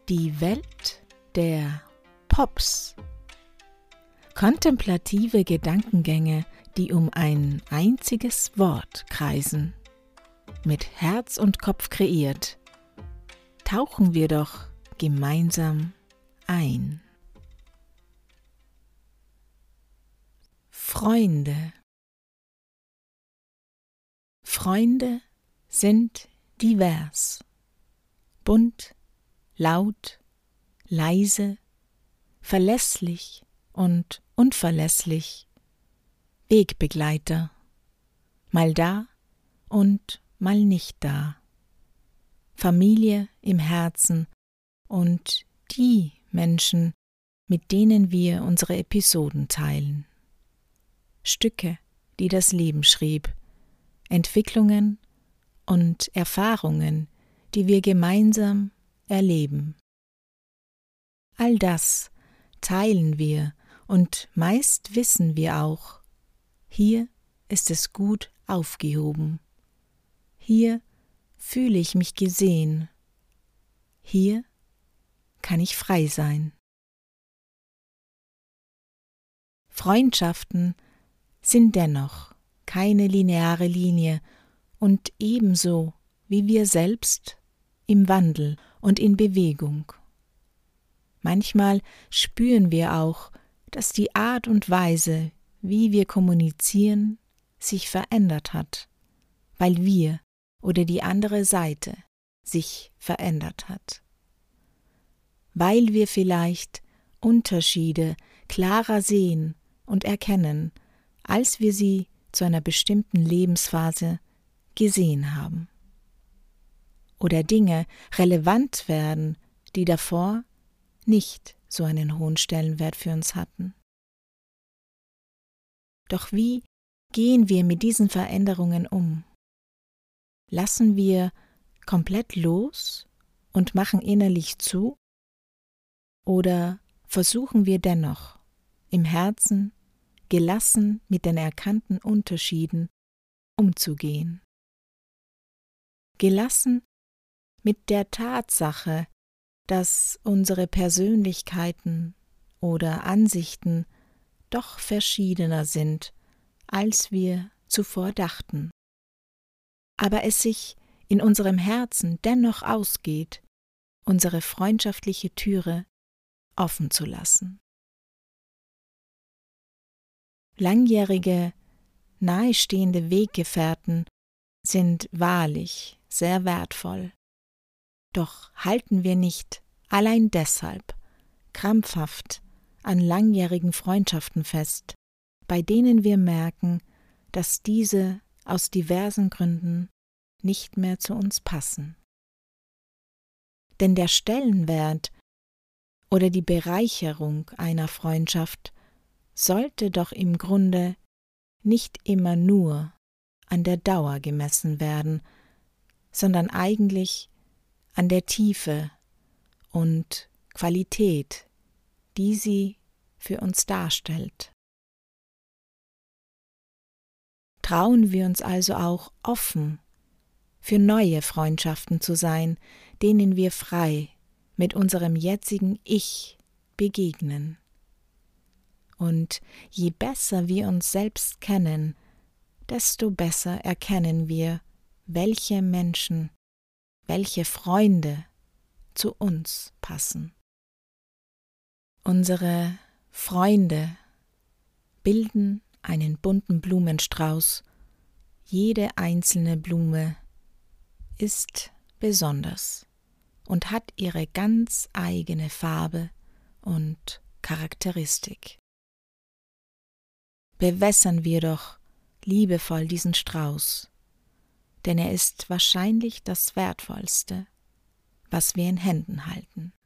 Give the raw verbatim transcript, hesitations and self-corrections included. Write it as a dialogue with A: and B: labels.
A: Die Welt der Pops. Kontemplative Gedankengänge, die um ein einziges Wort kreisen. Mit Herz und Kopf kreiert, tauchen wir doch gemeinsam ein. Freunde. Freunde sind divers, bunt, laut, leise, verlässlich und unverlässlich, Wegbegleiter, mal da und mal nicht da, Familie im Herzen und die Menschen, mit denen wir unsere Episoden teilen. Stücke, die das Leben schrieb, Entwicklungen und Erfahrungen, die wir gemeinsam erleben. All das teilen wir und meist wissen wir auch, hier ist es gut aufgehoben. Hier fühle ich mich gesehen. Hier kann ich frei sein. Freundschaften sind dennoch keine lineare Linie und ebenso wie wir selbst im Wandel und in Bewegung. Manchmal spüren wir auch, dass die Art und Weise, wie wir kommunizieren, sich verändert hat, weil wir oder die andere Seite sich verändert hat. Weil wir vielleicht Unterschiede klarer sehen und erkennen, als wir sie zu einer bestimmten Lebensphase gesehen haben. Oder Dinge relevant werden, die davor nicht so einen hohen Stellenwert für uns hatten. Doch wie gehen wir mit diesen Veränderungen um? Lassen wir komplett los und machen innerlich zu? Oder versuchen wir dennoch, im Herzen gelassen mit den erkannten Unterschieden umzugehen? Gelassen mit der Tatsache, dass unsere Persönlichkeiten oder Ansichten doch verschiedener sind, als wir zuvor dachten. Aber es sich in unserem Herzen dennoch ausgeht, unsere freundschaftliche Türe offen zu lassen. Langjährige, nahestehende Weggefährten sind wahrlich sehr wertvoll. Doch halten wir nicht allein deshalb krampfhaft an langjährigen Freundschaften fest, bei denen wir merken, dass diese aus diversen Gründen nicht mehr zu uns passen. Denn der Stellenwert oder die Bereicherung einer Freundschaft sollte doch im Grunde nicht immer nur an der Dauer gemessen werden, sondern eigentlich an der Tiefe und Qualität, die sie für uns darstellt. Trauen wir uns also auch offen für neue Freundschaften zu sein, denen wir frei mit unserem jetzigen Ich begegnen. Und je besser wir uns selbst kennen, desto besser erkennen wir, welche Menschen, welche Freunde zu uns passen. Unsere Freunde bilden einen bunten Blumenstrauß. Jede einzelne Blume ist besonders und hat ihre ganz eigene Farbe und Charakteristik. Bewässern wir doch liebevoll diesen Strauß, denn er ist wahrscheinlich das Wertvollste, was wir in Händen halten.